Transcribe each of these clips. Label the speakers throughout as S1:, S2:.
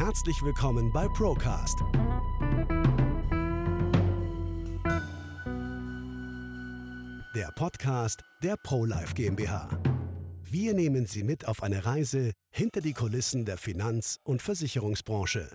S1: Herzlich willkommen bei Procast. Der Podcast der ProLife GmbH. Wir nehmen Sie mit auf eine Reise hinter die Kulissen der Finanz- und Versicherungsbranche.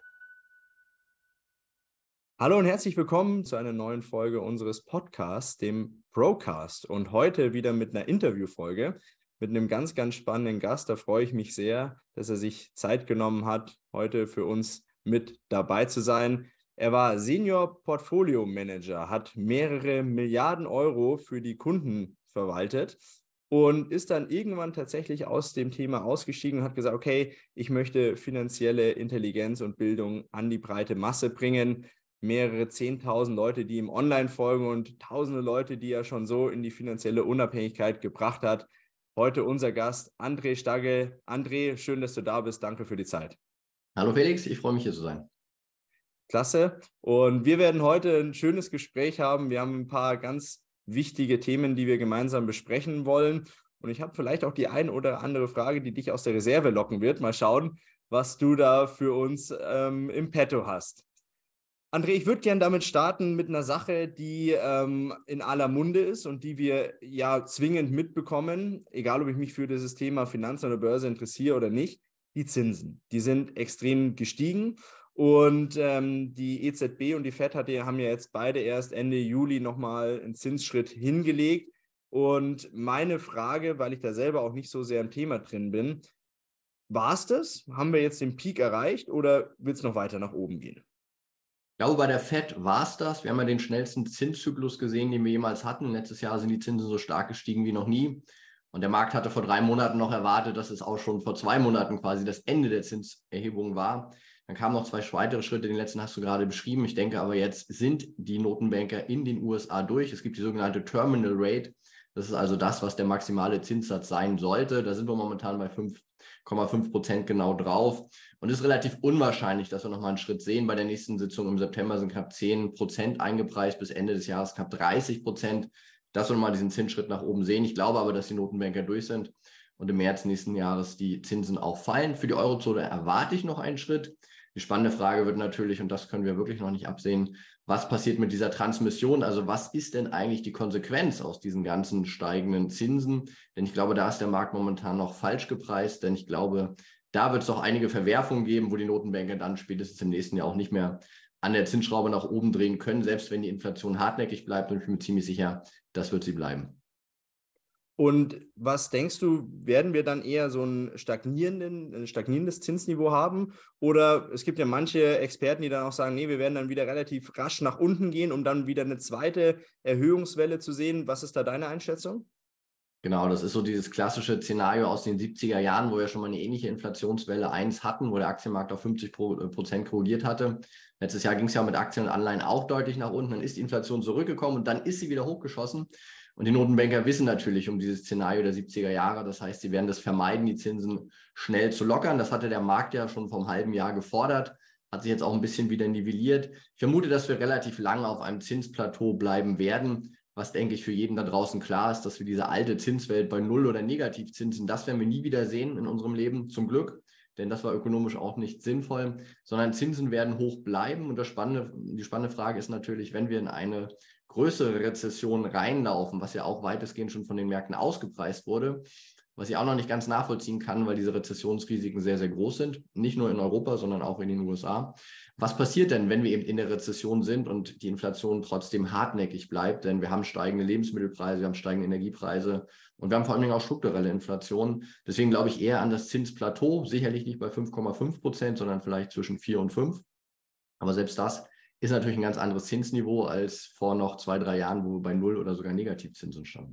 S2: Hallo und herzlich willkommen zu einer neuen Folge unseres Podcasts, dem Procast. Und heute wieder mit einer Interviewfolge mit einem ganz, ganz spannenden Gast. Da freue ich mich sehr, dass er sich Zeit genommen hat, heute für uns mit dabei zu sein. Er war Senior Portfolio Manager, hat mehrere Milliarden Euro für die Kunden verwaltet und ist dann irgendwann tatsächlich aus dem Thema ausgestiegen und hat gesagt, okay, ich möchte finanzielle Intelligenz und Bildung an die breite Masse bringen. Mehrere 10.000 Leute, die ihm online folgen und tausende Leute, die er schon so in die finanzielle Unabhängigkeit gebracht hat. Heute unser Gast, André Stagge. André, schön, dass du da bist. Danke für die Zeit.
S3: Hallo Felix, ich freue mich hier zu sein.
S2: Klasse. Und wir werden heute ein schönes Gespräch haben. Wir haben ein paar ganz wichtige Themen, die wir gemeinsam besprechen wollen. Und ich habe vielleicht auch die ein oder andere Frage, die dich aus der Reserve locken wird. Mal schauen, was du da für uns im Petto hast. André, ich würde gerne damit starten mit einer Sache, die in aller Munde ist und die wir ja zwingend mitbekommen, egal ob ich mich für dieses Thema Finanzen oder Börse interessiere oder nicht, die Zinsen. Die sind extrem gestiegen und die EZB und die FED haben ja jetzt beide erst Ende Juli nochmal einen Zinsschritt hingelegt. Und meine Frage, weil ich da selber auch nicht so sehr im Thema drin bin, war es das? Haben wir jetzt den Peak erreicht oder wird es noch weiter nach oben gehen?
S3: Ich glaube, bei der FED war es das. Wir haben ja den schnellsten Zinszyklus gesehen, den wir jemals hatten. Letztes Jahr sind die Zinsen so stark gestiegen wie noch nie. Und der Markt hatte vor 3 Monaten noch erwartet, dass es auch schon vor 2 Monaten quasi das Ende der Zinserhebung war. Dann kamen noch 2 weitere Schritte, den letzten hast du gerade beschrieben. Ich denke aber, jetzt sind die Notenbanker in den USA durch. Es gibt die sogenannte Terminal Rate. Das ist also das, was der maximale Zinssatz sein sollte. Da sind wir momentan bei 5,5% genau drauf. Und es ist relativ unwahrscheinlich, dass wir nochmal einen Schritt sehen. Bei der nächsten Sitzung im September sind knapp 10% eingepreist, bis Ende des Jahres knapp 30%. Dass wir nochmal diesen Zinsschritt nach oben sehen. Ich glaube aber, dass die Notenbanker durch sind und im März nächsten Jahres die Zinsen auch fallen. Für die Eurozone erwarte ich noch einen Schritt. Die spannende Frage wird natürlich, und das können wir wirklich noch nicht absehen, was passiert mit dieser Transmission? Also was ist denn eigentlich die Konsequenz aus diesen ganzen steigenden Zinsen? Denn ich glaube, da ist der Markt momentan noch falsch gepreist, denn ich glaube, da wird es auch einige Verwerfungen geben, wo die Notenbanker dann spätestens im nächsten Jahr auch nicht mehr an der Zinsschraube nach oben drehen können, selbst wenn die Inflation hartnäckig bleibt. Und ich bin mir ziemlich sicher, das wird sie bleiben.
S2: Und was denkst du, werden wir dann eher so ein stagnierendes Zinsniveau haben? Oder es gibt ja manche Experten, die dann auch sagen, nee, wir werden dann wieder relativ rasch nach unten gehen, um dann wieder eine zweite Erhöhungswelle zu sehen. Was ist da deine Einschätzung?
S3: Genau, das ist so dieses klassische Szenario aus den 70er Jahren, wo wir schon mal eine ähnliche Inflationswelle 1 hatten, wo der Aktienmarkt auf 50% korrigiert hatte. Letztes Jahr ging es ja mit Aktien und Anleihen auch deutlich nach unten. Dann ist die Inflation zurückgekommen und dann ist sie wieder hochgeschossen. Und die Notenbanker wissen natürlich um dieses Szenario der 70er Jahre. Das heißt, sie werden das vermeiden, die Zinsen schnell zu lockern. Das hatte der Markt ja schon vor einem halben Jahr gefordert, hat sich jetzt auch ein bisschen wieder nivelliert. Ich vermute, dass wir relativ lange auf einem Zinsplateau bleiben werden. Was, denke ich, für jeden da draußen klar ist, dass wir diese alte Zinswelt bei Null- oder Negativzinsen, das werden wir nie wieder sehen in unserem Leben, zum Glück. Denn das war ökonomisch auch nicht sinnvoll, sondern Zinsen werden hoch bleiben. Und die spannende Frage ist natürlich, wenn wir in eine größere Rezession reinlaufen, was ja auch weitestgehend schon von den Märkten ausgepreist wurde, was ich auch noch nicht ganz nachvollziehen kann, weil diese Rezessionsrisiken sehr, sehr groß sind, nicht nur in Europa, sondern auch in den USA. Was passiert denn, wenn wir eben in der Rezession sind und die Inflation trotzdem hartnäckig bleibt? Denn wir haben steigende Lebensmittelpreise, wir haben steigende Energiepreise und wir haben vor allen Dingen auch strukturelle Inflation. Deswegen glaube ich eher an das Zinsplateau, sicherlich nicht bei 5,5%, sondern vielleicht zwischen 4 und 5. Aber selbst das ist natürlich ein ganz anderes Zinsniveau als vor noch 2, 3 Jahren, wo wir bei Null- oder sogar Negativzinsen standen.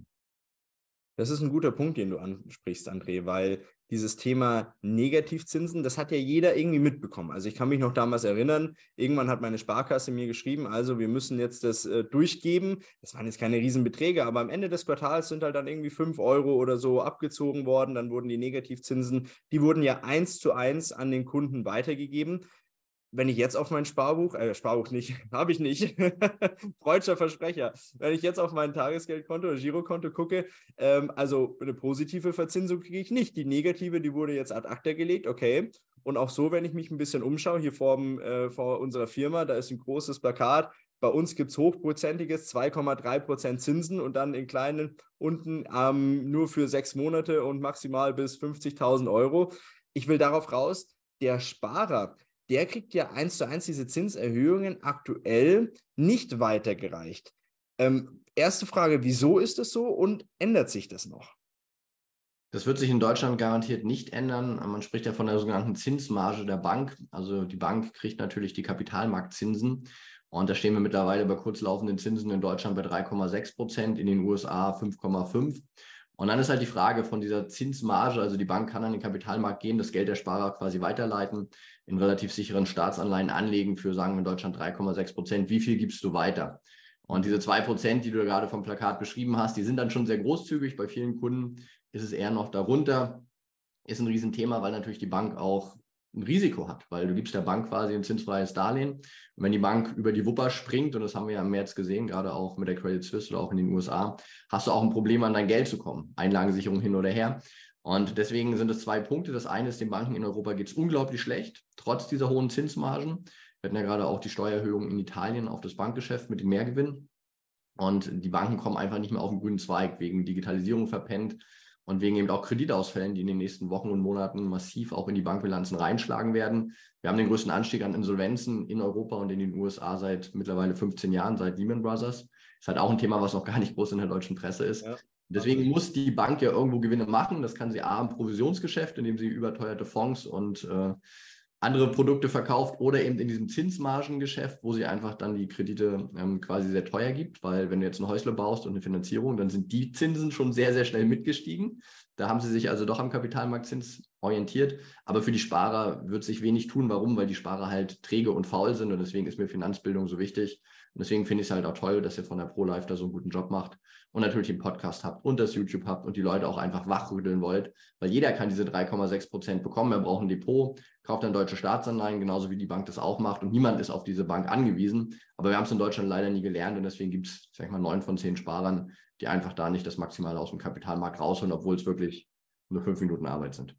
S2: Das ist ein guter Punkt, den du ansprichst, André, weil dieses Thema Negativzinsen, das hat ja jeder irgendwie mitbekommen. Also ich kann mich noch damals erinnern, irgendwann hat meine Sparkasse mir geschrieben, also wir müssen jetzt das durchgeben. Das waren jetzt keine Riesenbeträge, aber am Ende des Quartals sind halt dann irgendwie 5 Euro oder so abgezogen worden. Dann wurden die Negativzinsen, die wurden ja 1:1 an den Kunden weitergegeben. Wenn ich jetzt auf mein Sparbuch nicht, habe ich nicht, freudscher Versprecher, wenn ich jetzt auf mein Tagesgeldkonto oder Girokonto gucke, also eine positive Verzinsung kriege ich nicht. Die negative, die wurde jetzt ad acta gelegt, okay. Und auch so, wenn ich mich ein bisschen umschaue, hier vor unserer Firma, da ist ein großes Plakat. Bei uns gibt es hochprozentiges, 2,3% Zinsen und dann in kleinen unten nur für 6 Monate und maximal bis 50.000 Euro. Ich will darauf raus, der Sparer, der kriegt ja 1:1 diese Zinserhöhungen aktuell nicht weitergereicht. Erste Frage, wieso ist das so und ändert sich das noch?
S3: Das wird sich in Deutschland garantiert nicht ändern. Man spricht ja von der sogenannten Zinsmarge der Bank. Also die Bank kriegt natürlich die Kapitalmarktzinsen. Und da stehen wir mittlerweile bei kurzlaufenden Zinsen in Deutschland bei 3,6%, in den USA 5,5%. Und dann ist halt die Frage von dieser Zinsmarge, also die Bank kann an den Kapitalmarkt gehen, das Geld der Sparer quasi weiterleiten, in relativ sicheren Staatsanleihen anlegen für, sagen wir in Deutschland 3,6%. Wie viel gibst du weiter? Und diese 2%, die du gerade vom Plakat beschrieben hast, die sind dann schon sehr großzügig. Bei vielen Kunden ist es eher noch darunter. Ist ein Riesenthema, weil natürlich die Bank auch ein Risiko hat, weil du gibst der Bank quasi ein zinsfreies Darlehen. Und wenn die Bank über die Wupper springt, und das haben wir ja im März gesehen, gerade auch mit der Credit Suisse oder auch in den USA, hast du auch ein Problem, an dein Geld zu kommen. Einlagensicherung hin oder her. Und deswegen sind es 2 Punkte. Das eine ist, den Banken in Europa geht es unglaublich schlecht, trotz dieser hohen Zinsmargen. Wir hatten ja gerade auch die Steuererhöhung in Italien auf das Bankgeschäft mit dem Mehrgewinn. Und die Banken kommen einfach nicht mehr auf den grünen Zweig, wegen Digitalisierung verpennt und wegen eben auch Kreditausfällen, die in den nächsten Wochen und Monaten massiv auch in die Bankbilanzen reinschlagen werden. Wir haben den größten Anstieg an Insolvenzen in Europa und in den USA seit mittlerweile 15 Jahren, seit Lehman Brothers. Ist halt auch ein Thema, was noch gar nicht groß in der deutschen Presse ist. Ja, deswegen muss die Bank ja irgendwo Gewinne machen. Das kann sie A im Provisionsgeschäft, indem sie überteuerte Fonds und andere Produkte verkauft oder eben in diesem Zinsmargengeschäft, wo sie einfach dann die Kredite quasi sehr teuer gibt, weil wenn du jetzt ein Häusle baust und eine Finanzierung, dann sind die Zinsen schon sehr, sehr schnell mitgestiegen. Da haben sie sich also doch am Kapitalmarktzins orientiert, aber für die Sparer wird sich wenig tun. Warum? Weil die Sparer halt träge und faul sind und deswegen ist mir Finanzbildung so wichtig. Und deswegen finde ich es halt auch toll, dass ihr von der ProLife da so einen guten Job macht und natürlich den Podcast habt und das YouTube habt und die Leute auch einfach wachrütteln wollt, weil jeder kann diese 3,6% bekommen. Er braucht ein Depot, kauft dann deutsche Staatsanleihen, genauso wie die Bank das auch macht und niemand ist auf diese Bank angewiesen. Aber wir haben es in Deutschland leider nie gelernt und deswegen gibt es, sag ich mal, 9 von 10 Sparern, die einfach da nicht das Maximale aus dem Kapitalmarkt rausholen, obwohl es wirklich nur 5 Minuten Arbeit sind.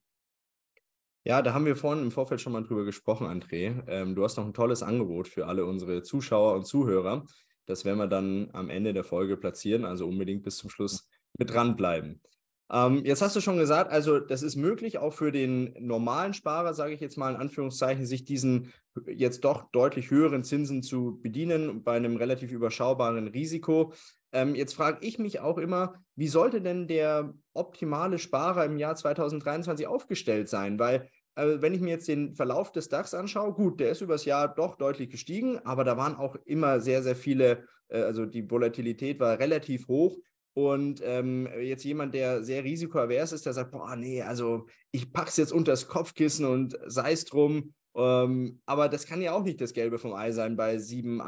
S2: Ja, da haben wir vorhin im Vorfeld schon mal drüber gesprochen, André. Du hast noch ein tolles Angebot für alle unsere Zuschauer und Zuhörer. Das werden wir dann am Ende der Folge platzieren, also unbedingt bis zum Schluss mit dranbleiben. Jetzt hast du schon gesagt, also das ist möglich, auch für den normalen Sparer, sage ich jetzt mal in Anführungszeichen, sich diesen jetzt doch deutlich höheren Zinsen zu bedienen, bei einem relativ überschaubaren Risiko. Jetzt frage ich mich auch immer, wie sollte denn der optimale Sparer im Jahr 2023 aufgestellt sein? Weil wenn ich mir jetzt den Verlauf des DAX anschaue, gut, der ist übers Jahr doch deutlich gestiegen, aber da waren auch immer sehr, sehr viele, also die Volatilität war relativ hoch. Und jetzt jemand, der sehr risikoavers ist, der sagt, boah, nee, also ich pack's jetzt unter das Kopfkissen und sei es drum. Aber das kann ja auch nicht das Gelbe vom Ei sein bei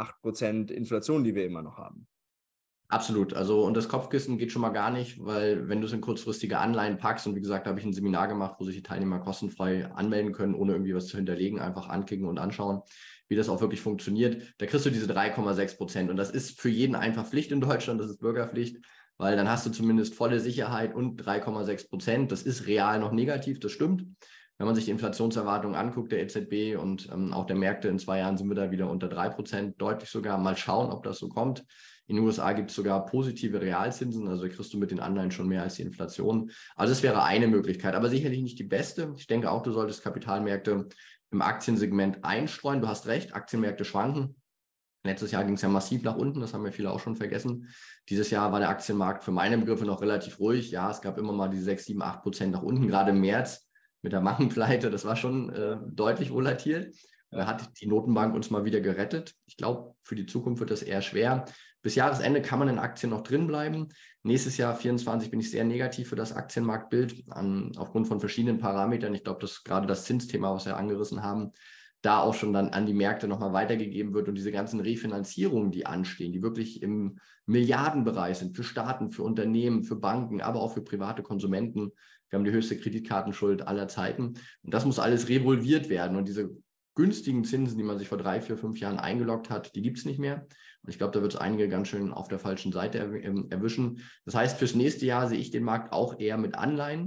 S2: 7-8% Inflation, die wir immer noch haben.
S3: Absolut. Also, und das Kopfkissen geht schon mal gar nicht, weil wenn du es in kurzfristige Anleihen packst, und wie gesagt, da habe ich ein Seminar gemacht, wo sich die Teilnehmer kostenfrei anmelden können, ohne irgendwie was zu hinterlegen, einfach anklicken und anschauen, wie das auch wirklich funktioniert. Da kriegst du diese 3,6%. Und das ist für jeden einfach Pflicht in Deutschland, das ist Bürgerpflicht, weil dann hast du zumindest volle Sicherheit und 3,6%. Das ist real noch negativ, das stimmt. Wenn man sich die Inflationserwartungen anguckt, der EZB und auch der Märkte, in 2 Jahren sind wir da wieder unter 3%, deutlich sogar. Mal schauen, ob das so kommt. In den USA gibt es sogar positive Realzinsen, also kriegst du mit den Anleihen schon mehr als die Inflation. Also das wäre eine Möglichkeit, aber sicherlich nicht die beste. Ich denke auch, du solltest Kapitalmärkte im Aktiensegment einstreuen. Du hast recht, Aktienmärkte schwanken. Letztes Jahr ging es ja massiv nach unten, das haben ja viele auch schon vergessen. Dieses Jahr war der Aktienmarkt für meine Begriffe noch relativ ruhig. Ja, es gab immer mal diese 6, 7, 8% nach unten, gerade im März mit der Bankenpleite. Das war schon deutlich volatil. Da hat die Notenbank uns mal wieder gerettet. Ich glaube, für die Zukunft wird das eher schwer. Bis Jahresende kann man in Aktien noch drin bleiben. Nächstes Jahr 2024 bin ich sehr negativ für das Aktienmarktbild aufgrund von verschiedenen Parametern. Ich glaube, dass gerade das Zinsthema, was wir angerissen haben, da auch schon dann an die Märkte nochmal weitergegeben wird und diese ganzen Refinanzierungen, die anstehen, die wirklich im Milliardenbereich sind, für Staaten, für Unternehmen, für Banken, aber auch für private Konsumenten. Wir haben die höchste Kreditkartenschuld aller Zeiten und das muss alles revolviert werden und diese günstigen Zinsen, die man sich vor 3, 4, 5 Jahren eingeloggt hat, die gibt es nicht mehr. Und ich glaube, da wird es einige ganz schön auf der falschen Seite erwischen. Das heißt, fürs nächste Jahr sehe ich den Markt auch eher mit Anleihen.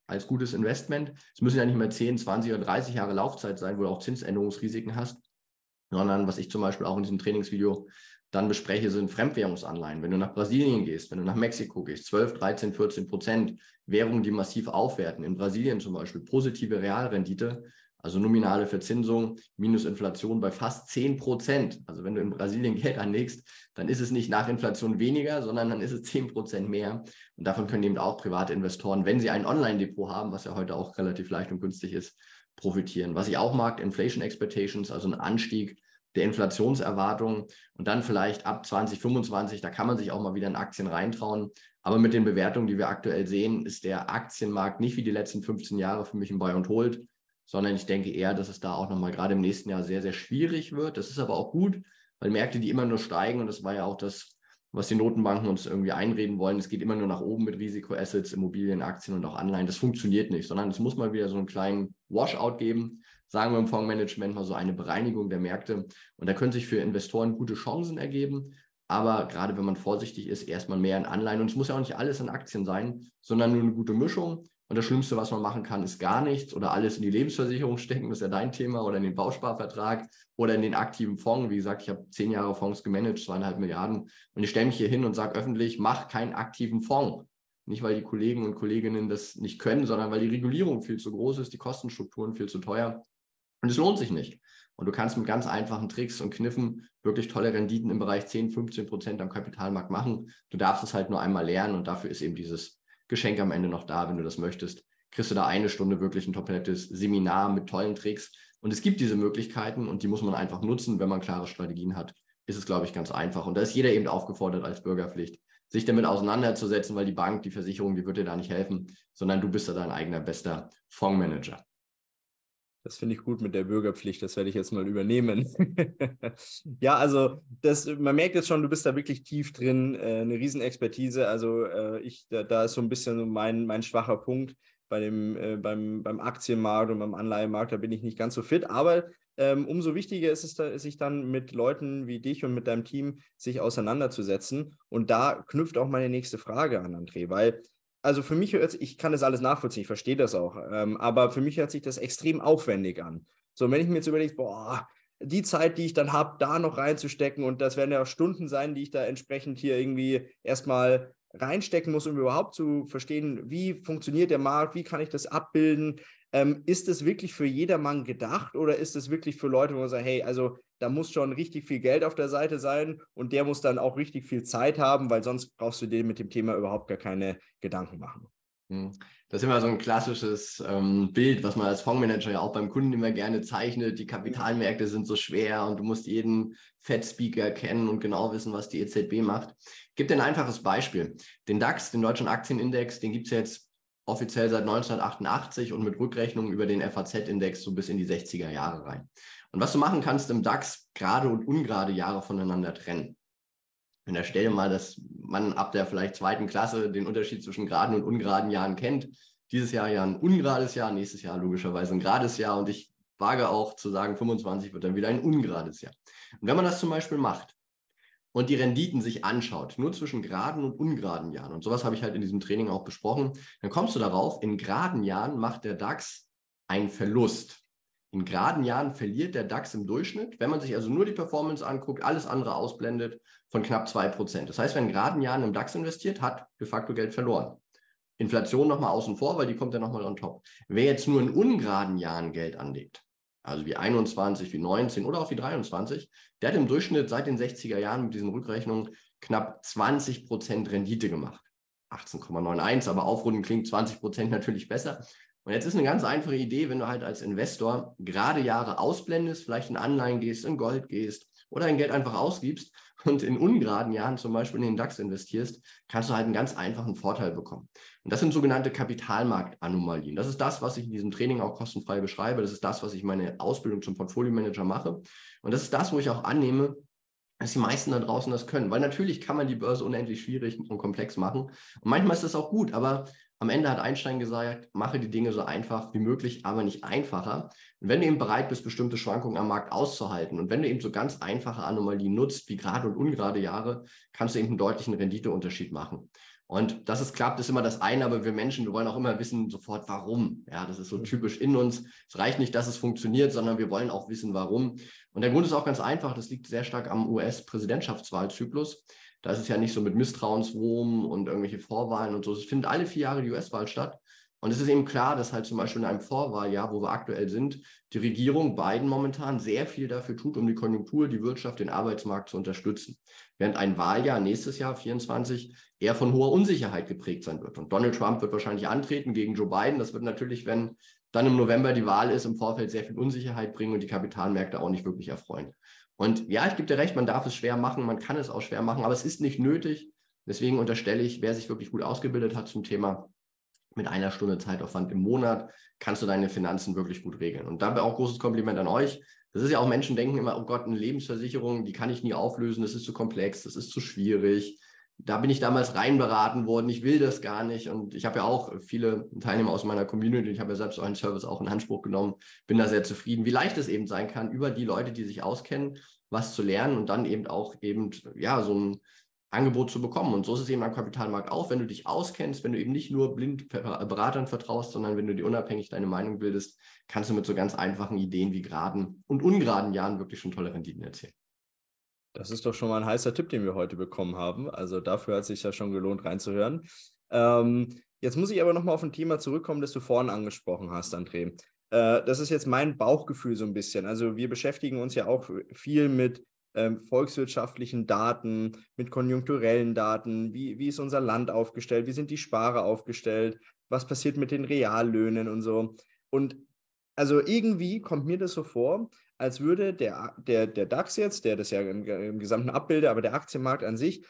S3: als gutes Investment. Es müssen ja nicht mehr 10, 20 oder 30 Jahre Laufzeit sein, wo du auch Zinsänderungsrisiken hast, sondern was ich zum Beispiel auch in diesem Trainingsvideo dann bespreche, sind Fremdwährungsanleihen. Wenn du nach Brasilien gehst, wenn du nach Mexiko gehst, 12, 13, 14% Währungen, die massiv aufwerten. In Brasilien zum Beispiel positive Realrendite, also nominale Verzinsung minus Inflation bei fast 10%. Also wenn du in Brasilien Geld anlegst, dann ist es nicht nach Inflation weniger, sondern dann ist es 10% mehr. Und davon können eben auch private Investoren, wenn sie ein Online-Depot haben, was ja heute auch relativ leicht und günstig ist, profitieren. Was ich auch mag, Inflation Expectations, also ein Anstieg der Inflationserwartungen und dann vielleicht ab 2025, da kann man sich auch mal wieder in Aktien reintrauen. Aber mit den Bewertungen, die wir aktuell sehen, ist der Aktienmarkt nicht wie die letzten 15 Jahre für mich ein Buy and Hold, sondern ich denke eher, dass es da auch nochmal gerade im nächsten Jahr sehr, sehr schwierig wird. Das ist aber auch gut, weil Märkte, die immer nur steigen, und das war ja auch das, was die Notenbanken uns irgendwie einreden wollen, es geht immer nur nach oben mit Risikoassets, Immobilien, Aktien und auch Anleihen. Das funktioniert nicht, sondern es muss mal wieder so einen kleinen Washout geben, sagen wir im Fondsmanagement mal so eine Bereinigung der Märkte. Und da können sich für Investoren gute Chancen ergeben. Aber gerade wenn man vorsichtig ist, erstmal mehr in Anleihen. Und es muss ja auch nicht alles in Aktien sein, sondern nur eine gute Mischung. Und das Schlimmste, was man machen kann, ist gar nichts oder alles in die Lebensversicherung stecken, das ist ja dein Thema, oder in den Bausparvertrag oder in den aktiven Fonds. Wie gesagt, ich habe 10 Jahre Fonds gemanagt, 2,5 Milliarden. Und ich stelle mich hier hin und sage öffentlich, mach keinen aktiven Fonds. Nicht, weil die Kollegen und Kolleginnen das nicht können, sondern weil die Regulierung viel zu groß ist, die Kostenstrukturen viel zu teuer. Und es lohnt sich nicht. Und du kannst mit ganz einfachen Tricks und Kniffen wirklich tolle Renditen im Bereich 10, 15% am Kapitalmarkt machen. Du darfst es halt nur einmal lernen und dafür ist eben dieses Geschenk am Ende noch da, wenn du das möchtest. Kriegst du da eine Stunde wirklich ein komplettes Seminar mit tollen Tricks. Und es gibt diese Möglichkeiten und die muss man einfach nutzen. Wenn man klare Strategien hat, ist es, glaube ich, ganz einfach. Und da ist jeder eben aufgefordert als Bürgerpflicht, sich damit auseinanderzusetzen, weil die Bank, die Versicherung, die wird dir da nicht helfen, sondern du bist da dein eigener bester Fondsmanager.
S2: Das finde ich gut mit der Bürgerpflicht, das werde ich jetzt mal übernehmen. Ja, also man merkt jetzt schon, du bist da wirklich tief drin, eine Riesenexpertise. Also da ist so ein bisschen so mein schwacher Punkt beim Aktienmarkt und beim Anleihenmarkt, da bin ich nicht ganz so fit. Aber umso wichtiger ist es, sich dann mit Leuten wie dich und mit deinem Team sich auseinanderzusetzen. Und da knüpft auch meine nächste Frage an, André, weil also für mich ich kann das alles nachvollziehen, ich verstehe das auch, aber für mich hört sich das extrem aufwendig an. So, und wenn ich mir jetzt überlege, boah, die Zeit, die ich dann habe, da noch reinzustecken und das werden ja auch Stunden sein, die ich da entsprechend hier irgendwie erstmal reinstecken muss, um überhaupt zu verstehen, wie funktioniert der Markt, wie kann ich das abbilden, ist es wirklich für jedermann gedacht oder ist es wirklich für Leute, wo man sagt, hey, also da muss schon richtig viel Geld auf der Seite sein und der muss dann auch richtig viel Zeit haben, weil sonst brauchst du dir mit dem Thema überhaupt gar keine Gedanken machen.
S3: Das ist immer so ein klassisches Bild, was man als Fondsmanager ja auch beim Kunden immer gerne zeichnet. Die Kapitalmärkte sind so schwer und du musst jeden Fed-Speaker kennen und genau wissen, was die EZB macht. Ich gebe dir ein einfaches Beispiel. Den DAX, den Deutschen Aktienindex, den gibt es jetzt offiziell seit 1988 und mit Rückrechnung über den FAZ-Index so bis in die 60er Jahre rein. Und was du machen kannst im DAX, gerade und ungerade Jahre voneinander trennen. Und da stell dir mal, dass man ab der vielleicht 2. Klasse den Unterschied zwischen geraden und ungeraden Jahren kennt. Dieses Jahr ja ein ungerades Jahr, nächstes Jahr logischerweise ein gerades Jahr. Und ich wage auch zu sagen, 25 wird dann wieder ein ungerades Jahr. Und wenn man das zum Beispiel macht und die Renditen sich anschaut, nur zwischen geraden und ungeraden Jahren, und sowas habe ich halt in diesem Training auch besprochen, dann kommst du darauf, in geraden Jahren macht der DAX einen Verlust. In geraden Jahren verliert der DAX im Durchschnitt, wenn man sich also nur die Performance anguckt, alles andere ausblendet, von knapp 2%. Das heißt, wer in geraden Jahren im DAX investiert, hat de facto Geld verloren. Inflation nochmal außen vor, weil die kommt ja nochmal on top. Wer jetzt nur in ungeraden Jahren Geld anlegt, also wie 21, wie 19 oder auch wie 23, der hat im Durchschnitt seit den 60er Jahren mit diesen Rückrechnungen knapp 20% Rendite gemacht. 18,91, aber aufrunden klingt 20% natürlich besser. Und jetzt ist eine ganz einfache Idee, wenn du halt als Investor gerade Jahre ausblendest, vielleicht in Anleihen gehst, in Gold gehst oder dein Geld einfach ausgibst und in ungeraden Jahren zum Beispiel in den DAX investierst, kannst du halt einen ganz einfachen Vorteil bekommen. Und das sind sogenannte Kapitalmarktanomalien. Das ist das, was ich in diesem Training auch kostenfrei beschreibe. Das ist das, was ich meine Ausbildung zum Portfolio-Manager mache. Und das ist das, wo ich auch annehme, dass die meisten da draußen das können. Weil natürlich kann man die Börse unendlich schwierig und komplex machen. Und manchmal ist das auch gut, aber am Ende hat Einstein gesagt, mache die Dinge so einfach wie möglich, aber nicht einfacher. Und wenn du eben bereit bist, bestimmte Schwankungen am Markt auszuhalten und wenn du eben so ganz einfache Anomalien nutzt, wie gerade und ungerade Jahre, kannst du eben einen deutlichen Renditeunterschied machen. Und dass es klappt, ist immer das eine, aber wir Menschen, wir wollen auch immer wissen sofort, warum. Ja, das ist so typisch in uns. Es reicht nicht, dass es funktioniert, sondern wir wollen auch wissen, warum. Und der Grund ist auch ganz einfach, das liegt sehr stark am US-Präsidentschaftswahlzyklus. Da ist es ja nicht so mit Misstrauensvoten und irgendwelche Vorwahlen und so. Es findet alle 4 Jahre die US-Wahl statt. Und es ist eben klar, dass halt zum Beispiel in einem Vorwahljahr, wo wir aktuell sind, die Regierung Biden momentan sehr viel dafür tut, um die Konjunktur, die Wirtschaft, den Arbeitsmarkt zu unterstützen. Während ein Wahljahr nächstes Jahr, 2024, eher von hoher Unsicherheit geprägt sein wird. Und Donald Trump wird wahrscheinlich antreten gegen Joe Biden. Das wird natürlich, wenn dann im November die Wahl ist, im Vorfeld sehr viel Unsicherheit bringen und die Kapitalmärkte auch nicht wirklich erfreuen. Und ja, ich gebe dir recht, man darf es schwer machen, man kann es auch schwer machen, aber es ist nicht nötig. Deswegen unterstelle ich, wer sich wirklich gut ausgebildet hat zum Thema, mit 1 Stunde Zeitaufwand im Monat kannst du deine Finanzen wirklich gut regeln. Und dabei auch großes Kompliment an euch. Das ist ja auch, Menschen denken immer, oh Gott, eine Lebensversicherung, die kann ich nie auflösen, das ist zu komplex, das ist zu schwierig. Da bin ich damals reinberaten worden, ich will das gar nicht. Und ich habe ja auch viele Teilnehmer aus meiner Community, ich habe ja selbst euren Service auch in Anspruch genommen, bin da sehr zufrieden, wie leicht es eben sein kann, über die Leute, die sich auskennen, was zu lernen und dann eben auch ja, so ein Angebot zu bekommen. Und so ist es eben am Kapitalmarkt auch, wenn du dich auskennst, wenn du eben nicht nur blind Beratern vertraust, sondern wenn du dir unabhängig deine Meinung bildest, kannst du mit so ganz einfachen Ideen wie geraden und ungeraden Jahren wirklich schon tolle Renditen erzielen.
S2: Das ist doch schon mal ein heißer Tipp, den wir heute bekommen haben. Also dafür hat es sich ja schon gelohnt, reinzuhören. Jetzt muss ich aber nochmal auf ein Thema zurückkommen, das du vorhin angesprochen hast, André. Das ist jetzt mein Bauchgefühl so ein bisschen. Also wir beschäftigen uns ja auch viel mit volkswirtschaftlichen Daten, mit konjunkturellen Daten. Wie ist unser Land aufgestellt? Wie sind die Sparer aufgestellt? Was passiert mit den Reallöhnen und so? Und also irgendwie kommt mir das so vor, als würde der DAX jetzt, der das ja im Gesamten abbildet, aber der Aktienmarkt an sich,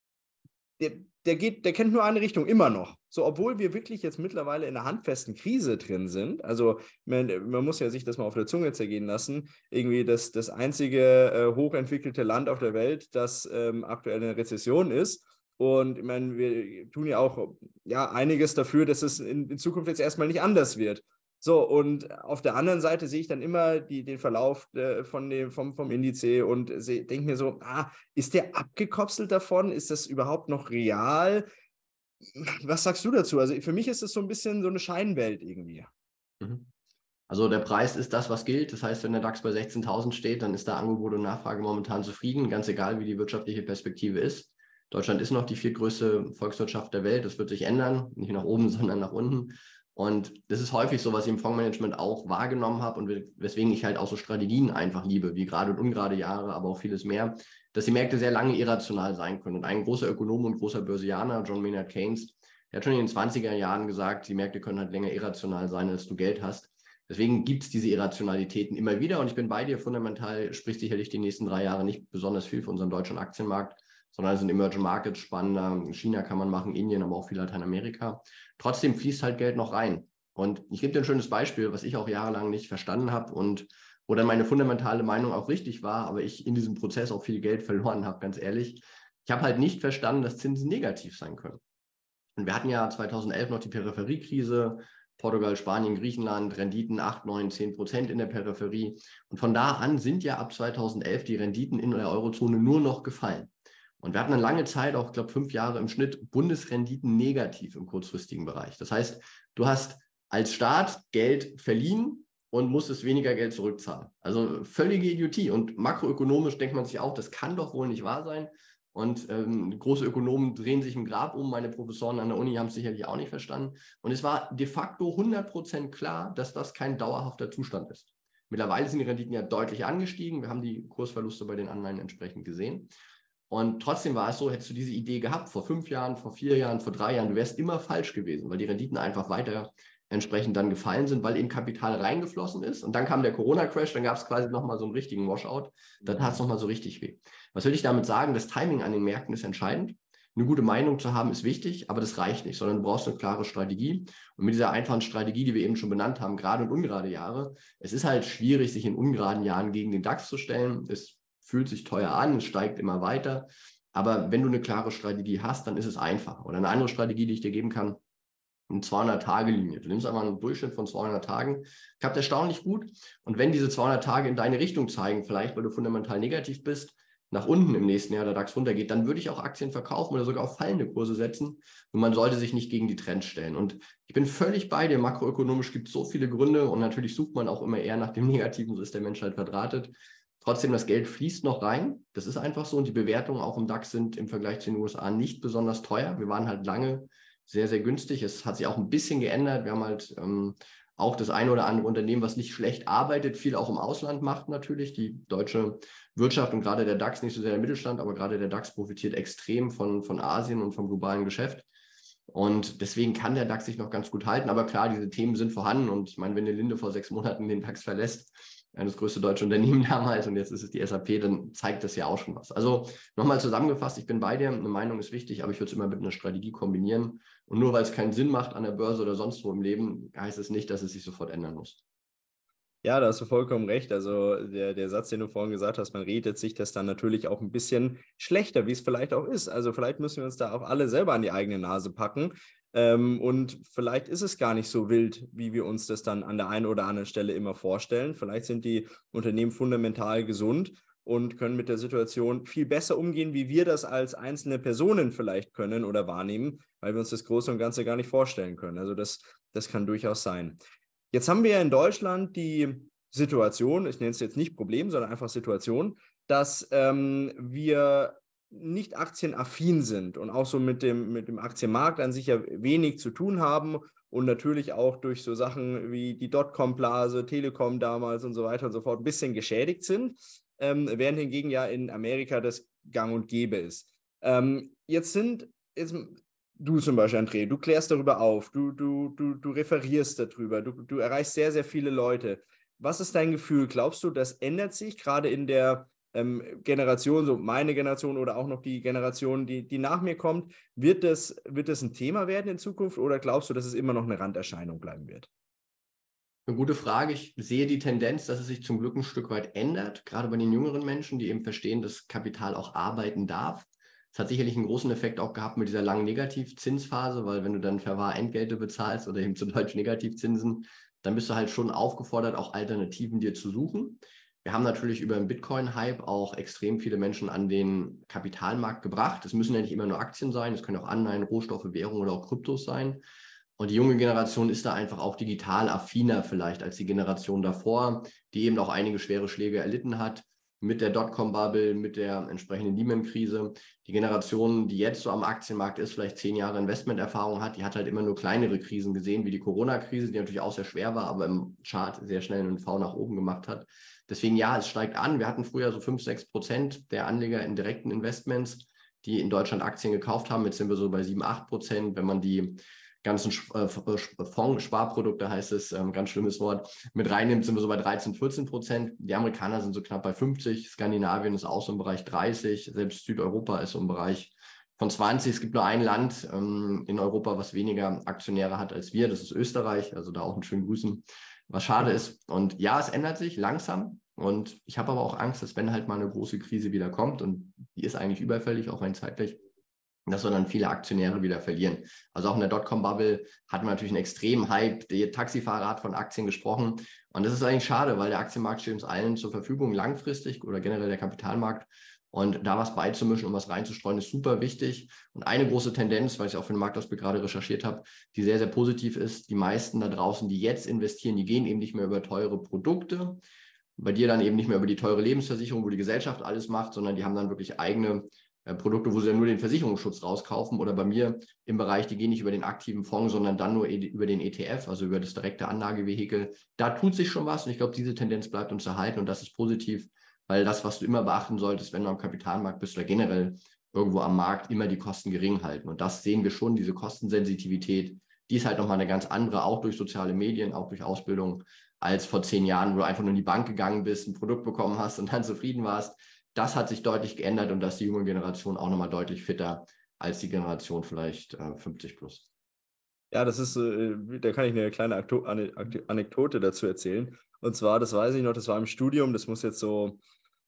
S2: der kennt nur eine Richtung, immer noch. So, obwohl wir wirklich jetzt mittlerweile in einer handfesten Krise drin sind. Also man muss ja sich das mal auf der Zunge zergehen lassen. Irgendwie das einzige hochentwickelte Land auf der Welt, das aktuell in einer Rezession ist. Und ich meine, wir tun ja auch einiges dafür, dass es in Zukunft jetzt erstmal nicht anders wird. So, und auf der anderen Seite sehe ich dann immer den Verlauf vom Indiz und denke mir so, ist der abgekapselt davon? Ist das überhaupt noch real? Was sagst du dazu? Also für mich ist es so ein bisschen so eine Scheinwelt irgendwie.
S3: Also der Preis ist das, was gilt. Das heißt, wenn der DAX bei 16.000 steht, dann ist da Angebot und Nachfrage momentan zufrieden, ganz egal, wie die wirtschaftliche Perspektive ist. Deutschland ist noch die 4. Volkswirtschaft der Welt. Das wird sich ändern, nicht nach oben, sondern nach unten. Und das ist häufig so, was ich im Fondsmanagement auch wahrgenommen habe und weswegen ich halt auch so Strategien einfach liebe, wie gerade und ungerade Jahre, aber auch vieles mehr, dass die Märkte sehr lange irrational sein können. Und ein großer Ökonom und großer Börsianer, John Maynard Keynes, der hat schon in den 20er Jahren gesagt, die Märkte können halt länger irrational sein, als du Geld hast. Deswegen gibt es diese Irrationalitäten immer wieder. Und ich bin bei dir, fundamental spricht sicherlich die nächsten 3 Jahre nicht besonders viel für unseren deutschen Aktienmarkt, sondern es sind Emerging Markets spannender. China kann man machen, Indien, aber auch viel Lateinamerika. Trotzdem fließt halt Geld noch rein. Und ich gebe dir ein schönes Beispiel, was ich auch jahrelang nicht verstanden habe und wo dann meine fundamentale Meinung auch richtig war, aber ich in diesem Prozess auch viel Geld verloren habe, ganz ehrlich. Ich habe halt nicht verstanden, dass Zinsen negativ sein können. Und wir hatten ja 2011 noch die Peripheriekrise, Portugal, Spanien, Griechenland, Renditen 8, 9, 10% in der Peripherie. Und von da an sind ja ab 2011 die Renditen in der Eurozone nur noch gefallen. Und wir hatten eine lange Zeit, auch ich glaube 5 Jahre im Schnitt, Bundesrenditen negativ im kurzfristigen Bereich. Das heißt, du hast als Staat Geld verliehen und musstest weniger Geld zurückzahlen. Also völlige Idiotie. Und makroökonomisch denkt man sich auch, das kann doch wohl nicht wahr sein. Und große Ökonomen drehen sich im Grab um. Meine Professoren an der Uni haben es sicherlich auch nicht verstanden. Und es war de facto 100% klar, dass das kein dauerhafter Zustand ist. Mittlerweile sind die Renditen ja deutlich angestiegen. Wir haben die Kursverluste bei den Anleihen entsprechend gesehen. Und trotzdem war es so, hättest du diese Idee gehabt, vor 5 Jahren, vor 4 Jahren, vor 3 Jahren, du wärst immer falsch gewesen, weil die Renditen einfach weiter entsprechend dann gefallen sind, weil eben Kapital reingeflossen ist. Und dann kam der Corona-Crash, dann gab es quasi nochmal so einen richtigen Washout. Da tat es nochmal so richtig weh. Was will ich damit sagen? Das Timing an den Märkten ist entscheidend. Eine gute Meinung zu haben ist wichtig, aber das reicht nicht, sondern du brauchst eine klare Strategie. Und mit dieser einfachen Strategie, die wir eben schon benannt haben, gerade und ungerade Jahre, es ist halt schwierig, sich in ungeraden Jahren gegen den DAX zu stellen. Es fühlt sich teuer an, es steigt immer weiter. Aber wenn du eine klare Strategie hast, dann ist es einfach. Oder eine andere Strategie, die ich dir geben kann, eine 200-Tage-Linie. Du nimmst einfach einen Durchschnitt von 200 Tagen, klappt erstaunlich gut. Und wenn diese 200 Tage in deine Richtung zeigen, vielleicht weil du fundamental negativ bist, nach unten im nächsten Jahr der DAX runtergeht, dann würde ich auch Aktien verkaufen oder sogar auf fallende Kurse setzen. Und man sollte sich nicht gegen die Trends stellen. Und ich bin völlig bei dir. Makroökonomisch gibt es so viele Gründe und natürlich sucht man auch immer eher nach dem Negativen, so ist der Mensch halt verdrahtet. Trotzdem, das Geld fließt noch rein. Das ist einfach so. Und die Bewertungen auch im DAX sind im Vergleich zu den USA nicht besonders teuer. Wir waren halt lange sehr, sehr günstig. Es hat sich auch ein bisschen geändert. Wir haben halt auch das eine oder andere Unternehmen, was nicht schlecht arbeitet, viel auch im Ausland macht natürlich. Die deutsche Wirtschaft und gerade der DAX, nicht so sehr der Mittelstand, aber gerade der DAX profitiert extrem von Asien und vom globalen Geschäft. Und deswegen kann der DAX sich noch ganz gut halten. Aber klar, diese Themen sind vorhanden. Und ich meine, wenn eine Linde vor 6 Monaten den DAX verlässt, das größte deutsche Unternehmen damals und jetzt ist es die SAP, dann zeigt das ja auch schon was. Also nochmal zusammengefasst, ich bin bei dir, eine Meinung ist wichtig, aber ich würde es immer mit einer Strategie kombinieren. Und nur weil es keinen Sinn macht an der Börse oder sonst wo im Leben, heißt es nicht, dass es sich sofort ändern muss.
S2: Ja, da hast du vollkommen recht. Also der Satz, den du vorhin gesagt hast, man redet sich das dann natürlich auch ein bisschen schlechter, wie es vielleicht auch ist. Also vielleicht müssen wir uns da auch alle selber an die eigene Nase packen. Und vielleicht ist es gar nicht so wild, wie wir uns das dann an der einen oder anderen Stelle immer vorstellen. Vielleicht sind die Unternehmen fundamental gesund und können mit der Situation viel besser umgehen, wie wir das als einzelne Personen vielleicht können oder wahrnehmen, weil wir uns das Große und Ganze gar nicht vorstellen können. Also das kann durchaus sein. Jetzt haben wir ja in Deutschland die Situation, ich nenne es jetzt nicht Problem, sondern einfach Situation, dass wir nicht aktienaffin sind und auch so mit dem Aktienmarkt an sich ja wenig zu tun haben und natürlich auch durch so Sachen wie die Dotcom-Blase, Telekom damals und so weiter und so fort ein bisschen geschädigt sind, während hingegen ja in Amerika das gang und gäbe ist. Jetzt du zum Beispiel, André, du klärst darüber auf, du referierst darüber, du erreichst sehr, sehr viele Leute. Was ist dein Gefühl? Glaubst du, das ändert sich gerade in der Generation, so meine Generation oder auch noch die Generation, die nach mir kommt? Wird das ein Thema werden in Zukunft oder glaubst du, dass es immer noch eine Randerscheinung bleiben wird?
S3: Eine gute Frage. Ich sehe die Tendenz, dass es sich zum Glück ein Stück weit ändert, gerade bei den jüngeren Menschen, die eben verstehen, dass Kapital auch arbeiten darf. Es hat sicherlich einen großen Effekt auch gehabt mit dieser langen Negativzinsphase, weil wenn du dann Verwahrentgelte bezahlst oder eben zu Deutsch Negativzinsen, dann bist du halt schon aufgefordert, auch Alternativen dir zu suchen. Wir haben natürlich über den Bitcoin-Hype auch extrem viele Menschen an den Kapitalmarkt gebracht. Es müssen ja nicht immer nur Aktien sein, es können auch Anleihen, Rohstoffe, Währungen oder auch Kryptos sein. Und die junge Generation ist da einfach auch digital affiner vielleicht als die Generation davor, die eben auch einige schwere Schläge erlitten hat mit der Dotcom-Bubble, mit der entsprechenden Lehman-Krise. Die Generation, die jetzt so am Aktienmarkt ist, vielleicht 10 Jahre Investmenterfahrung hat, die hat halt immer nur kleinere Krisen gesehen, wie die Corona-Krise, die natürlich auch sehr schwer war, aber im Chart sehr schnell einen V nach oben gemacht hat. Deswegen ja, es steigt an. Wir hatten früher so 5-6% der Anleger in direkten Investments, die in Deutschland Aktien gekauft haben. Jetzt sind wir so bei 7-8%. Wenn man die ganzen Fonds-Sparprodukte, heißt es, ganz schlimmes Wort, mit reinnimmt, sind wir so bei 13-14%. Die Amerikaner sind so knapp bei 50%, Skandinavien ist auch so im Bereich 30%, selbst Südeuropa ist so im Bereich von 20%. Es gibt nur ein Land in Europa, was weniger Aktionäre hat als wir, das ist Österreich, also da auch einen schönen Grüßen, was schade ist. Und ja, es ändert sich langsam und ich habe aber auch Angst, dass wenn halt mal eine große Krise wieder kommt und die ist eigentlich überfällig, auch rein zeitlich, dass wir dann viele Aktionäre wieder verlieren. Also auch in der Dotcom-Bubble hatten wir natürlich einen extremen Hype. Der Taxifahrer hat von Aktien gesprochen. Und das ist eigentlich schade, weil der Aktienmarkt steht uns allen zur Verfügung langfristig oder generell der Kapitalmarkt. Und da was beizumischen und was reinzustreuen, ist super wichtig. Und eine große Tendenz, weil ich auch für den Marktausblick gerade recherchiert habe, die sehr, sehr positiv ist, die meisten da draußen, die jetzt investieren, die gehen eben nicht mehr über teure Produkte. Bei dir dann eben nicht mehr über die teure Lebensversicherung, wo die Gesellschaft alles macht, sondern die haben dann wirklich eigene Produkte, wo sie dann nur den Versicherungsschutz rauskaufen oder bei mir im Bereich, die gehen nicht über den aktiven Fonds, sondern dann nur über den ETF, also über das direkte Anlagevehikel. Da tut sich schon was und ich glaube, diese Tendenz bleibt uns erhalten und das ist positiv, weil das, was du immer beachten solltest, wenn du am Kapitalmarkt bist oder generell irgendwo am Markt, immer die Kosten gering halten und das sehen wir schon, diese Kostensensitivität, die ist halt nochmal eine ganz andere, auch durch soziale Medien, auch durch Ausbildung, als vor 10 Jahren, wo du einfach nur in die Bank gegangen bist, ein Produkt bekommen hast und dann zufrieden warst. Das hat sich deutlich geändert und da ist die junge Generation auch nochmal deutlich fitter als die Generation vielleicht 50 plus.
S2: Ja, da kann ich eine kleine Anekdote dazu erzählen. Und zwar, das weiß ich noch, das war im Studium, das muss jetzt so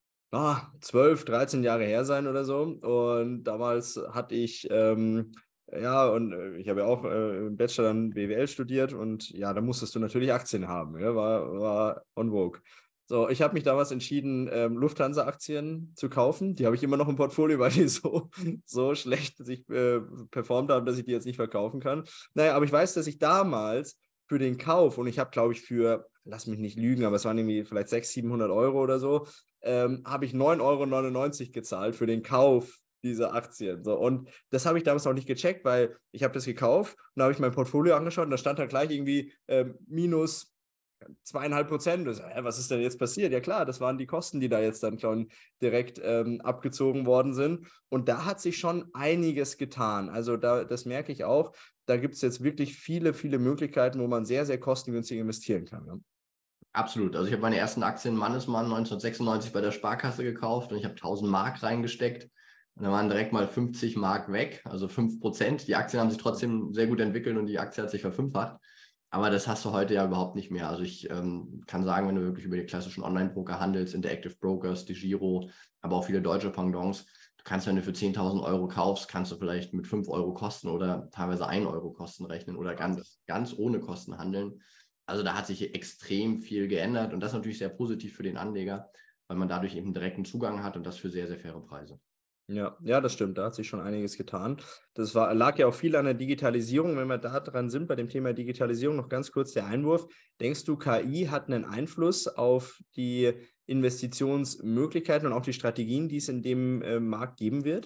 S2: 12, 13 Jahre her sein oder so. Und damals hatte ich, ja, und ich habe ja auch im Bachelor dann BWL studiert und ja, da musstest du natürlich Aktien haben, ja, war on vogue. So, ich habe mich damals entschieden, Lufthansa-Aktien zu kaufen. Die habe ich immer noch im Portfolio, weil die so schlecht sich performt haben, dass ich die jetzt nicht verkaufen kann. Naja, aber ich weiß, dass ich damals für den Kauf, und ich habe, glaube ich, lass mich nicht lügen, aber es waren irgendwie vielleicht 600, 700 Euro oder so, habe ich 9,99 € gezahlt für den Kauf dieser Aktien. So, und das habe ich damals noch nicht gecheckt, weil ich habe das gekauft und da habe ich mein Portfolio angeschaut und da stand da gleich irgendwie minus 2,5%. Was ist denn jetzt passiert? Ja klar, das waren die Kosten, die da jetzt dann schon direkt abgezogen worden sind. Und da hat sich schon einiges getan. Also das merke ich auch. Da gibt es jetzt wirklich viele, viele Möglichkeiten, wo man sehr, sehr kostengünstig investieren kann. Ja?
S3: Absolut. Also ich habe meine ersten Aktien Mannesmann 1996 bei der Sparkasse gekauft und ich habe 1000 Mark reingesteckt. Und da waren direkt mal 50 Mark weg, also 5%. Die Aktien haben sich trotzdem sehr gut entwickelt und die Aktie hat sich verfünffacht. Aber das hast du heute ja überhaupt nicht mehr. Also ich kann sagen, wenn du wirklich über die klassischen Online-Broker handelst, Interactive Brokers, die Giro, aber auch viele deutsche Pendants, du kannst, wenn du für 10.000 Euro kaufst, kannst du vielleicht mit 5 Euro Kosten oder teilweise 1 Euro Kosten rechnen oder ganz ohne Kosten handeln. Also da hat sich extrem viel geändert und das ist natürlich sehr positiv für den Anleger, weil man dadurch eben direkten Zugang hat und das für sehr, sehr faire Preise.
S2: Ja, das stimmt. Da hat sich schon einiges getan. Lag ja auch viel an der Digitalisierung. Wenn wir da dran sind, bei dem Thema Digitalisierung, noch ganz kurz der Einwurf. Denkst du, KI hat einen Einfluss auf die Investitionsmöglichkeiten und auch die Strategien, die es in dem Markt geben wird?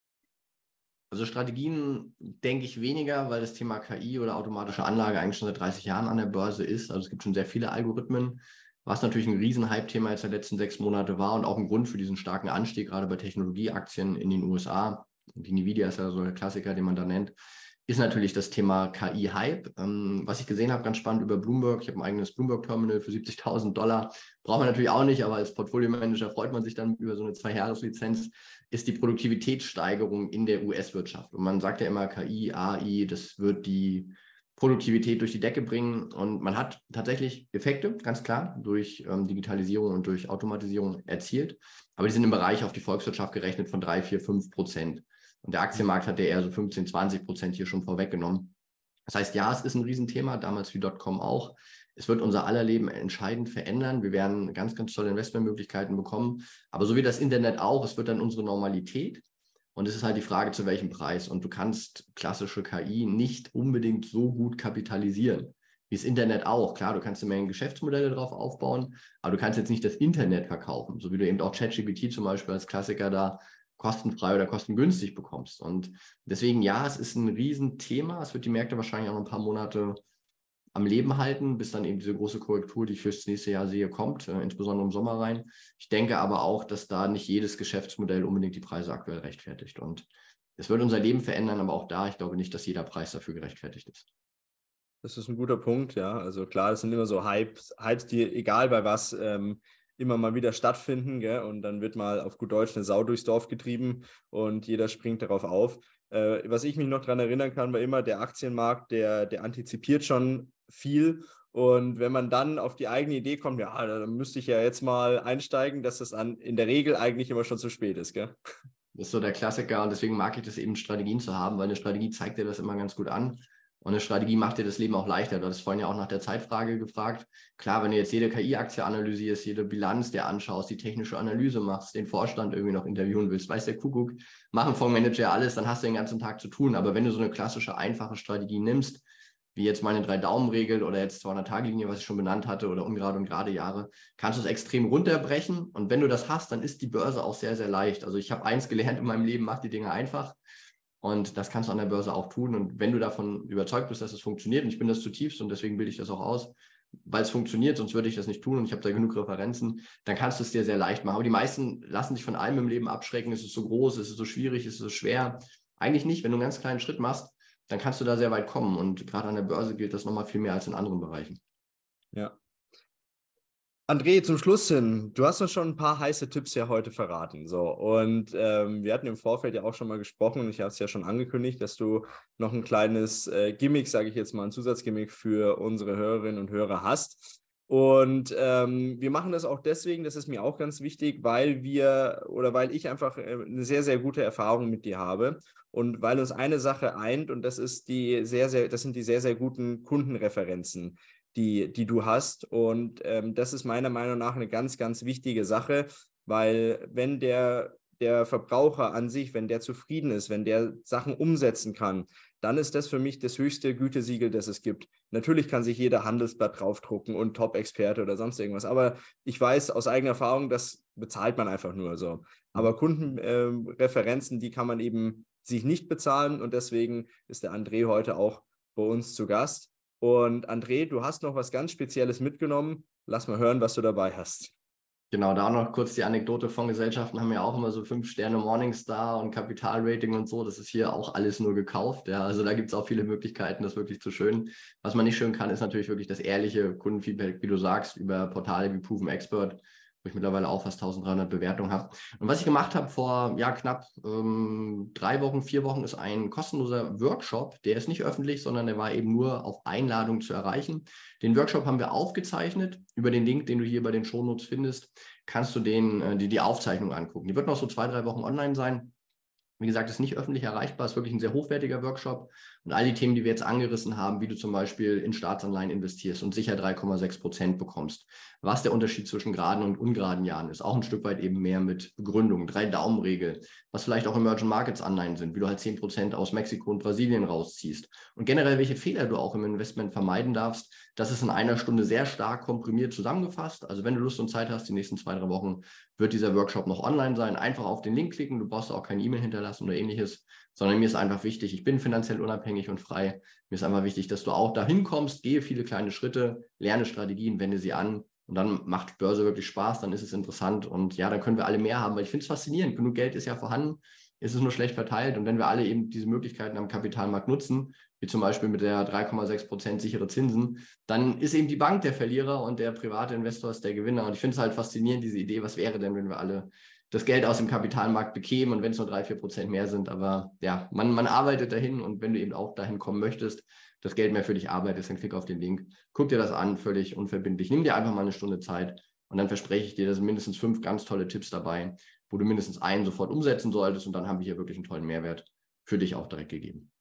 S3: Also Strategien denke ich weniger, weil das Thema KI oder automatische Anlage eigentlich schon seit 30 Jahren an der Börse ist. Also es gibt schon sehr viele Algorithmen, was natürlich ein Riesen-Hype-Thema jetzt der letzten 6 Monate war und auch ein Grund für diesen starken Anstieg, gerade bei Technologieaktien in den USA. Die Nvidia ist ja so der Klassiker, den man da nennt, ist natürlich das Thema KI-Hype. Was ich gesehen habe, ganz spannend über Bloomberg. Ich habe ein eigenes Bloomberg-Terminal für $70.000. Braucht man natürlich auch nicht, aber als Portfolio-Manager freut man sich dann über so eine 2-Jahres-Lizenz, ist die Produktivitätssteigerung in der US-Wirtschaft. Und man sagt ja immer, KI, AI, das wird die Produktivität durch die Decke bringen. Und man hat tatsächlich Effekte, ganz klar, durch Digitalisierung und durch Automatisierung erzielt. Aber die sind im Bereich auf die Volkswirtschaft gerechnet von 3, 4, 5%. Und der Aktienmarkt hat ja eher so 15, 20% hier schon vorweggenommen. Das heißt, ja, es ist ein Riesenthema, damals wie .com auch. Es wird unser aller Leben entscheidend verändern. Wir werden ganz, ganz tolle Investmentmöglichkeiten bekommen. Aber so wie das Internet auch, es wird dann unsere Normalität. Und es ist halt die Frage, zu welchem Preis. Und du kannst klassische KI nicht unbedingt so gut kapitalisieren, wie das Internet auch. Klar, du kannst eine Menge Geschäftsmodelle drauf aufbauen, aber du kannst jetzt nicht das Internet verkaufen, so wie du eben auch ChatGPT zum Beispiel als Klassiker da kostenfrei oder kostengünstig bekommst. Und deswegen, ja, es ist ein Riesenthema. Es wird die Märkte wahrscheinlich auch noch ein paar Monate am Leben halten, bis dann eben diese große Korrektur, die ich fürs nächste Jahr sehe, kommt, insbesondere im Sommer rein. Ich denke aber auch, dass da nicht jedes Geschäftsmodell unbedingt die Preise aktuell rechtfertigt. Und es wird unser Leben verändern, aber auch da, ich glaube nicht, dass jeder Preis dafür gerechtfertigt ist.
S2: Das ist ein guter Punkt, ja. Also klar, es sind immer so Hypes, die egal bei was immer mal wieder stattfinden, gell? Und dann wird mal auf gut Deutsch eine Sau durchs Dorf getrieben und jeder springt darauf auf. Was ich mich noch daran erinnern kann, war immer, der Aktienmarkt, der antizipiert schon viel. Und wenn man dann auf die eigene Idee kommt, ja, dann müsste ich ja jetzt mal einsteigen, dass das in der Regel eigentlich immer schon zu spät ist, gell?
S3: Das ist so der Klassiker und deswegen mag ich das eben, Strategien zu haben, weil eine Strategie zeigt dir das immer ganz gut an. Und eine Strategie macht dir das Leben auch leichter. Du hast vorhin ja auch nach der Zeitfrage gefragt. Klar, wenn du jetzt jede KI-Aktie analysierst, jede Bilanz dir anschaust, die technische Analyse machst, den Vorstand irgendwie noch interviewen willst, weiß der Kuckuck, machen Fondsmanager alles, dann hast du den ganzen Tag zu tun. Aber wenn du so eine klassische, einfache Strategie nimmst, wie jetzt meine 3-Daumen-Regel oder jetzt 200-Tage-Linie, was ich schon benannt hatte, oder ungerade und gerade Jahre, kannst du es extrem runterbrechen. Und wenn du das hast, dann ist die Börse auch sehr, sehr leicht. Also ich habe eins gelernt in meinem Leben, mach die Dinge einfach. Und das kannst du an der Börse auch tun. Und wenn du davon überzeugt bist, dass es funktioniert, und ich bin das zutiefst und deswegen bilde ich das auch aus, weil es funktioniert, sonst würde ich das nicht tun und ich habe da genug Referenzen, dann kannst du es dir sehr leicht machen. Aber die meisten lassen sich von allem im Leben abschrecken. Ist es so groß, ist es so schwierig, ist es so schwer? Eigentlich nicht. Wenn du einen ganz kleinen Schritt machst, dann kannst du da sehr weit kommen. Und gerade an der Börse gilt das nochmal viel mehr als in anderen Bereichen.
S2: Ja. André, zum Schluss hin, du hast uns schon ein paar heiße Tipps ja heute verraten. So, und wir hatten im Vorfeld ja auch schon mal gesprochen und ich habe es ja schon angekündigt, dass du noch ein kleines Gimmick, sage ich jetzt mal, ein Zusatzgimmick für unsere Hörerinnen und Hörer hast. Und wir machen das auch deswegen, das ist mir auch ganz wichtig, weil ich einfach eine sehr, sehr gute Erfahrung mit dir habe und weil uns eine Sache eint und das sind die sehr, sehr guten Kundenreferenzen, die du hast. Und das ist meiner Meinung nach eine ganz, ganz wichtige Sache, weil wenn der Verbraucher an sich, wenn der zufrieden ist, wenn der Sachen umsetzen kann, dann ist das für mich das höchste Gütesiegel, das es gibt. Natürlich kann sich jeder Handelsblatt draufdrucken und Top-Experte oder sonst irgendwas, aber ich weiß aus eigener Erfahrung, das bezahlt man einfach nur so. Aber Kundenreferenzen, die kann man eben sich nicht bezahlen und deswegen ist der André heute auch bei uns zu Gast. Und André, du hast noch was ganz Spezielles mitgenommen. Lass mal hören, was du dabei hast.
S3: Genau, da auch noch kurz die Anekdote: von Gesellschaften haben ja auch immer so 5 Sterne Morningstar und Kapitalrating und so. Das ist hier auch alles nur gekauft. Ja, also da gibt es auch viele Möglichkeiten, das wirklich zu schönen. Was man nicht schön kann, ist natürlich wirklich das ehrliche Kundenfeedback, wie du sagst, über Portale wie Proven Expert, wo ich mittlerweile auch fast 1300 Bewertungen habe. Und was ich gemacht habe vor knapp 3 Wochen, 4 Wochen, ist ein kostenloser Workshop. Der ist nicht öffentlich, sondern der war eben nur auf Einladung zu erreichen. Den Workshop haben wir aufgezeichnet. Über den Link, den du hier bei den Shownotes findest, kannst du die Aufzeichnung angucken. Die wird noch so 2, 3 Wochen online sein. Wie gesagt, ist nicht öffentlich erreichbar, ist wirklich ein sehr hochwertiger Workshop. Und all die Themen, die wir jetzt angerissen haben, wie du zum Beispiel in Staatsanleihen investierst und sicher 3,6% bekommst, was der Unterschied zwischen geraden und ungeraden Jahren ist, auch ein Stück weit eben mehr mit Begründung, 3-Daumen-Regel, was vielleicht auch Emerging Markets Anleihen sind, wie du halt 10% aus Mexiko und Brasilien rausziehst und generell, welche Fehler du auch im Investment vermeiden darfst. Das ist in einer Stunde sehr stark komprimiert zusammengefasst. Also wenn du Lust und Zeit hast, die nächsten 2, 3 Wochen wird dieser Workshop noch online sein. Einfach auf den Link klicken, du brauchst auch keine E-Mail hinterlassen oder ähnliches, sondern mir ist einfach wichtig, ich bin finanziell unabhängig und frei. Mir ist einfach wichtig, dass du auch dahin kommst, gehe viele kleine Schritte, lerne Strategien, wende sie an und dann macht Börse wirklich Spaß, dann ist es interessant und ja, dann können wir alle mehr haben, weil ich finde es faszinierend. Genug Geld ist ja vorhanden, ist es nur schlecht verteilt und wenn wir alle eben diese Möglichkeiten am Kapitalmarkt nutzen, wie zum Beispiel mit der 3,6% sichere Zinsen, dann ist eben die Bank der Verlierer und der private Investor ist der Gewinner. Und ich finde es halt faszinierend, diese Idee, was wäre denn, wenn wir alle das Geld aus dem Kapitalmarkt bekämen und wenn es nur 3-4% mehr sind. Aber ja, man arbeitet dahin und wenn du eben auch dahin kommen möchtest, das Geld mehr für dich arbeitet, dann klick auf den Link, guck dir das an, völlig unverbindlich. Nimm dir einfach mal eine Stunde Zeit und dann verspreche ich dir, da sind mindestens 5 ganz tolle Tipps dabei, wo du mindestens einen sofort umsetzen solltest und dann haben wir hier wirklich einen tollen Mehrwert für dich auch direkt gegeben.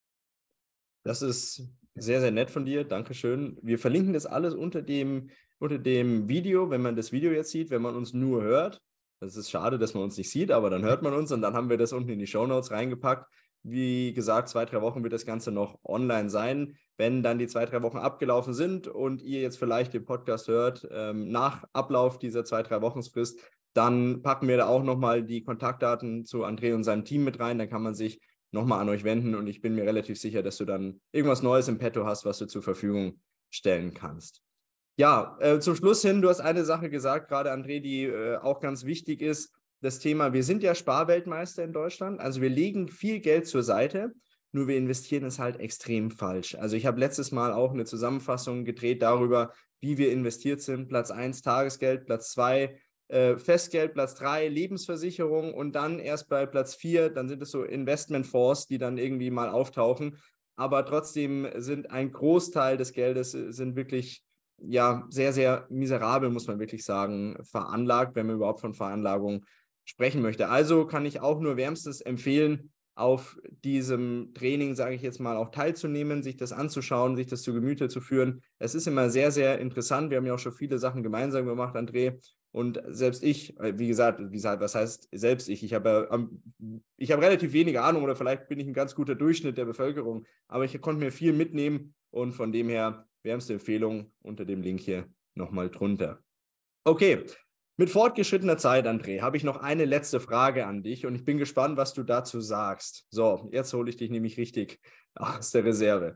S2: Das ist sehr, sehr nett von dir. Dankeschön. Wir verlinken das alles unter dem Video, wenn man das Video jetzt sieht, wenn man uns nur hört. Das ist schade, dass man uns nicht sieht, aber dann hört man uns und dann haben wir das unten in die Shownotes reingepackt. Wie gesagt, 2, 3 Wochen wird das Ganze noch online sein. Wenn dann die 2, 3 Wochen abgelaufen sind und ihr jetzt vielleicht den Podcast hört, nach Ablauf dieser 2, 3 Wochensfrist, dann packen wir da auch nochmal die Kontaktdaten zu André und seinem Team mit rein. Dann kann man sich nochmal an euch wenden und ich bin mir relativ sicher, dass du dann irgendwas Neues im Petto hast, was du zur Verfügung stellen kannst. Ja, zum Schluss hin, du hast eine Sache gesagt, gerade André, die auch ganz wichtig ist, das Thema, wir sind ja Sparweltmeister in Deutschland, also wir legen viel Geld zur Seite, nur wir investieren es halt extrem falsch. Also ich habe letztes Mal auch eine Zusammenfassung gedreht darüber, wie wir investiert sind. Platz 1 Tagesgeld, Platz 2 Festgeld, Platz 3 Lebensversicherung und dann erst bei Platz 4, dann sind es so Investmentfonds, die dann irgendwie mal auftauchen. Aber trotzdem sind ein Großteil des Geldes sind wirklich ja sehr, sehr miserabel, muss man wirklich sagen, veranlagt, wenn man überhaupt von Veranlagung sprechen möchte. Also kann ich auch nur wärmstens empfehlen, auf diesem Training, sage ich jetzt mal, auch teilzunehmen, sich das anzuschauen, sich das zu Gemüte zu führen. Es ist immer sehr, sehr interessant. Wir haben ja auch schon viele Sachen gemeinsam gemacht, André. Und selbst ich, wie gesagt, was heißt selbst ich? Ich habe relativ wenig Ahnung oder vielleicht bin ich ein ganz guter Durchschnitt der Bevölkerung, aber ich konnte mir viel mitnehmen und von dem her wärmste Empfehlung unter dem Link hier nochmal drunter. Okay, mit fortgeschrittener Zeit, André, habe ich noch eine letzte Frage an dich und ich bin gespannt, was du dazu sagst. So, jetzt hole ich dich nämlich richtig aus der Reserve.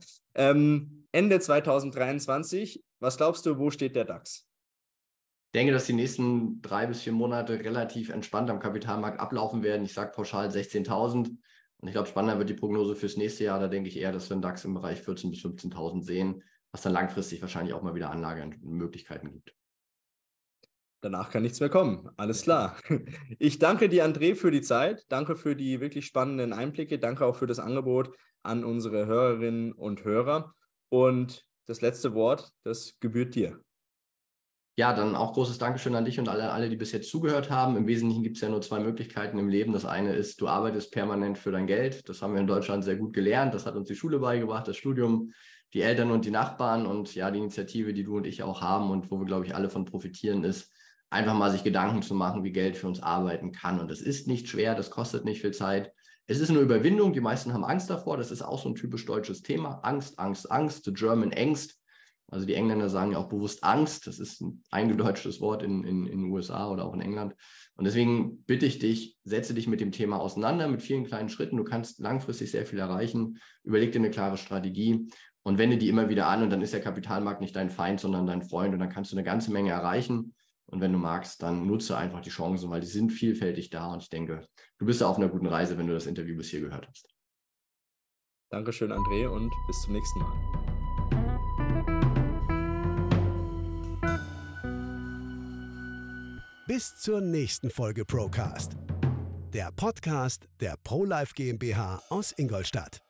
S2: Ende 2023, was glaubst du, wo steht der DAX?
S3: Ich denke, dass die nächsten 3 bis 4 Monate relativ entspannt am Kapitalmarkt ablaufen werden. Ich sage pauschal 16.000. Und ich glaube, spannender wird die Prognose fürs nächste Jahr. Da denke ich eher, dass wir einen DAX im Bereich 14.000 bis 15.000 sehen, was dann langfristig wahrscheinlich auch mal wieder Anlagemöglichkeiten gibt.
S2: Danach kann nichts mehr kommen. Alles klar. Ich danke dir, André, für die Zeit. Danke für die wirklich spannenden Einblicke. Danke auch für das Angebot an unsere Hörerinnen und Hörer. Und das letzte Wort, das gebührt dir.
S3: Ja, dann auch großes Dankeschön an dich und alle, die bis jetzt zugehört haben. Im Wesentlichen gibt es ja nur 2 Möglichkeiten im Leben. Das eine ist, du arbeitest permanent für dein Geld. Das haben wir in Deutschland sehr gut gelernt. Das hat uns die Schule beigebracht, das Studium. die Eltern und die Nachbarn und ja, die Initiative, die du und ich auch haben und wo wir, glaube ich, alle von profitieren, ist, einfach mal sich Gedanken zu machen, wie Geld für uns arbeiten kann. Und das ist nicht schwer, das kostet nicht viel Zeit. Es ist eine Überwindung, die meisten haben Angst davor, das ist auch so ein typisch deutsches Thema. Angst, Angst, Angst, the German Angst. Also die Engländer sagen ja auch bewusst Angst, das ist ein eingedeutschtes Wort in den USA oder auch in England. Und deswegen bitte ich dich, setze dich mit dem Thema auseinander, mit vielen kleinen Schritten. Du kannst langfristig sehr viel erreichen. Überleg dir eine klare Strategie und wende die immer wieder an. Und dann ist der Kapitalmarkt nicht dein Feind, sondern dein Freund. Und dann kannst du eine ganze Menge erreichen. Und wenn du magst, dann nutze einfach die Chancen, weil die sind vielfältig da. Und ich denke, du bist da auf einer guten Reise, wenn du das Interview bis hier gehört hast.
S2: Dankeschön, André, und bis zum nächsten Mal.
S1: Bis zur nächsten Folge Procast, der Podcast der ProLife GmbH aus Ingolstadt.